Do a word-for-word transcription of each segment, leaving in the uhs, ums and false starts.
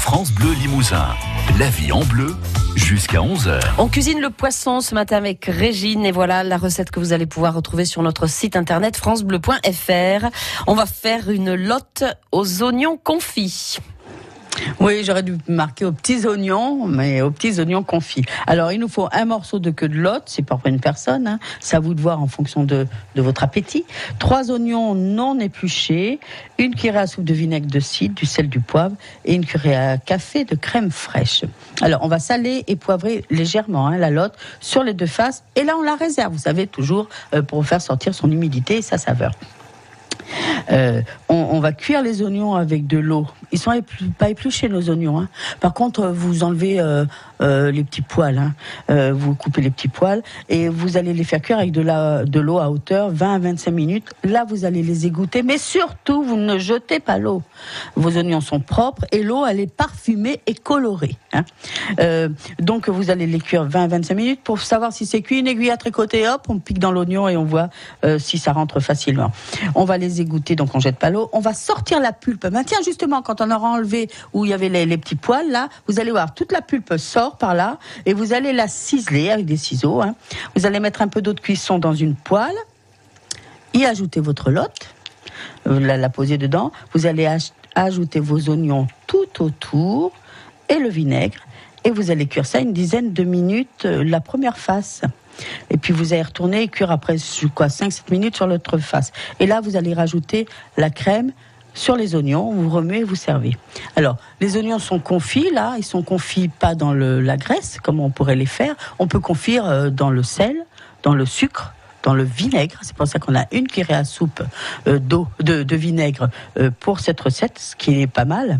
France Bleu Limousin. La vie en bleu jusqu'à onze heures. On cuisine le poisson ce matin avec Régine et voilà la recette que vous allez pouvoir retrouver sur notre site internet francebleu point f r. On va faire une lotte aux oignons confits. Oui, j'aurais dû marquer aux petits oignons, mais aux petits oignons confits. Alors, il nous faut un morceau de queue de lotte, c'est pour une personne, hein. C'est à vous de voir en fonction de, de votre appétit. Trois oignons non épluchés, une cuillerée à soupe de vinaigre de cidre, du sel, du poivre et une cuillerée à café de crème fraîche. Alors, on va saler et poivrer légèrement hein, la lotte sur les deux faces et là, on la réserve, vous savez, toujours euh, pour faire sortir son humidité et sa saveur. Euh, on, on va cuire les oignons avec de l'eau. Ils sont éplu- pas épluchés nos oignons. Hein. Par contre, vous enlevez euh, euh, les petits poils. Hein. Euh, vous coupez les petits poils et vous allez les faire cuire avec de, la, de l'eau à hauteur vingt à vingt-cinq minutes. Là, vous allez les égoutter, mais surtout, vous ne jetez pas l'eau. Vos oignons sont propres et l'eau, elle est parfumée et colorée. Hein. Euh, donc, vous allez les cuire vingt à vingt-cinq minutes pour savoir si c'est cuit. Une aiguille à tricoter, hop, on pique dans l'oignon et on voit euh, si ça rentre facilement. On va les égoutter, donc on jette pas l'eau. On va sortir la pulpe. Ben tiens, justement, quand on aura enlevé où il y avait les, les petits poils, là, vous allez voir, toute la pulpe sort par là et vous allez la ciseler avec des ciseaux. Hein. Vous allez mettre un peu d'eau de cuisson dans une poêle, y ajouter votre lotte, la, la poser dedans. Vous allez aj- ajouter vos oignons tout autour et le vinaigre et vous allez cuire ça une dizaine de minutes, euh, la première face. Et puis vous allez retourner et cuire après quoi, cinq à sept minutes sur l'autre face. Et là, vous allez rajouter la crème sur les oignons, vous remuez et vous servez. Alors, les oignons sont confits, là, ils sont confits pas dans le, la graisse, comme on pourrait les faire. On peut confire euh, dans le sel, dans le sucre, dans le vinaigre. C'est pour ça qu'on a une cuillerée à soupe euh, d'eau, de, de vinaigre euh, pour cette recette, ce qui est pas mal.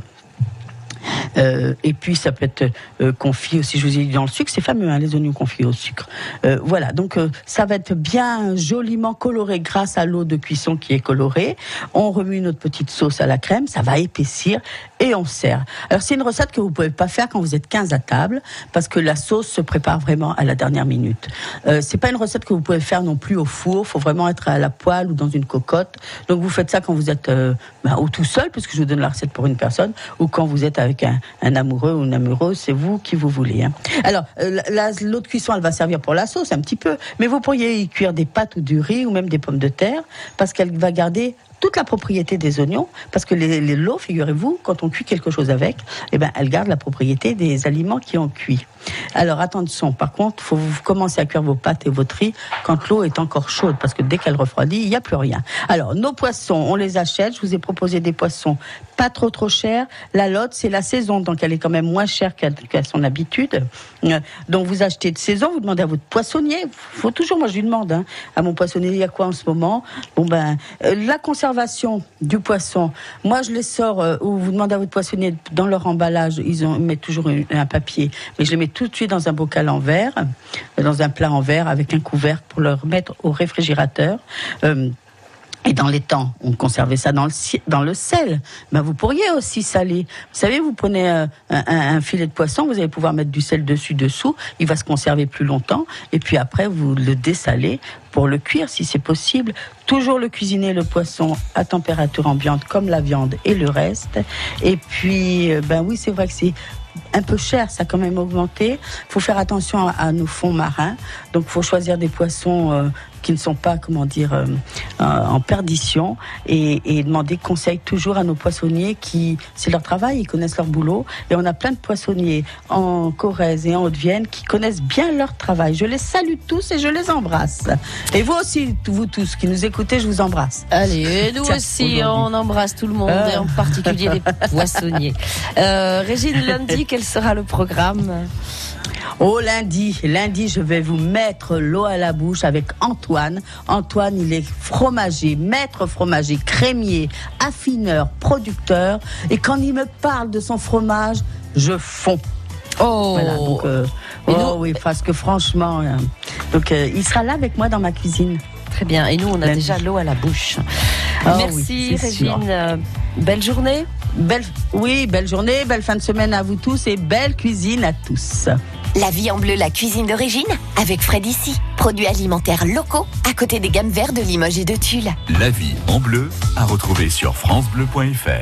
Euh, et puis ça peut être euh, confit aussi, je vous ai dit dans le sucre, c'est fameux hein, les oignons confits au sucre. Euh, voilà, donc euh, ça va être bien joliment coloré grâce à l'eau de cuisson qui est colorée. On remue notre petite sauce à la crème, ça va épaissir et on sert. Alors c'est une recette que vous pouvez pas faire quand vous êtes quinze à table parce que la sauce se prépare vraiment à la dernière minute. Euh, c'est pas une recette que vous pouvez faire non plus au four, faut vraiment être à la poêle ou dans une cocotte. Donc vous faites ça quand vous êtes euh, bah, ou tout seul, puisque je vous donne la recette pour une personne, ou quand vous êtes avec un, un amoureux ou une amoureuse, c'est vous qui vous voulez. Hein. Alors euh, la, l'eau de cuisson, elle va servir pour la sauce un petit peu, mais vous pourriez y cuire des pâtes ou du riz ou même des pommes de terre, parce qu'elle va garder toute la propriété des oignons, parce que les, les l'eau, figurez-vous, quand on cuit quelque chose avec, eh ben, elle garde la propriété des aliments qui ont cuit. Alors attention, par contre, il faut vous commencer à cuire vos pâtes et votre riz quand l'eau est encore chaude, parce que dès qu'elle refroidit, il n'y a plus rien. Alors, nos poissons, on les achète. Je vous ai proposé des poissons pas trop trop chers. La lotte, c'est la saison, donc elle est quand même moins chère qu'à, qu'à son habitude. Euh, donc vous achetez de saison, vous demandez à votre poissonnier. Faut toujours, moi je lui demande, hein, à mon poissonnier, il y a quoi en ce moment ? Bon ben, euh, la conservation du poisson. Moi, je les sors, euh, ou vous demandez à votre poissonnier, dans leur emballage, ils, ont, ils mettent toujours une, un papier, mais je les mets tout de suite dans un bocal en verre, dans un plat en verre avec un couvercle pour le remettre au réfrigérateur. Euh, Et dans les temps, on conservait ça dans le, dans le sel. Ben, vous pourriez aussi saler. Vous savez, vous prenez un, un, un filet de poisson, vous allez pouvoir mettre du sel dessus, dessous. Il va se conserver plus longtemps. Et puis après, vous le dessalez pour le cuire, si c'est possible. Toujours le cuisiner, le poisson, à température ambiante, comme la viande et le reste. Et puis, ben oui, c'est vrai que c'est un peu cher, ça a quand même augmenté. Il faut faire attention à, à nos fonds marins. Donc, il faut choisir des poissons euh, qui ne sont pas, comment dire, euh, euh, en perdition et, et demander conseil toujours à nos poissonniers qui, c'est leur travail, ils connaissent leur boulot. Et on a plein de poissonniers en Corrèze et en Haute-Vienne qui connaissent bien leur travail. Je les salue tous et je les embrasse. Et vous aussi, vous tous qui nous écoutez, je vous embrasse. Allez, nous Tiens, aussi, aujourd'hui. on embrasse tout le monde, Ah. et en particulier les poissonniers. Euh, Régine, lundi, quel sera le programme ? Oh, lundi, lundi, je vais vous mettre l'eau à la bouche avec Antoine. Antoine, il est fromager, maître fromager, crémier, affineur, producteur. Et quand il me parle de son fromage, je fonds. Oh, Voilà, donc, euh, Et oh nous- oui, parce que franchement, euh, donc euh, il sera là avec moi dans ma cuisine. très bien. Et nous, on a Lundi. déjà l'eau à la bouche. Ah Merci, oui, c'est sûr. Régine. Euh, belle journée. Belle, oui, belle journée, belle fin de semaine à vous tous et belle cuisine à tous. La vie en bleu, la cuisine d'origine, avec Fred ici. Produits alimentaires locaux, à côté des gammes vertes de Limoges et de Tulle. La vie en bleu à retrouver sur francebleu point f r.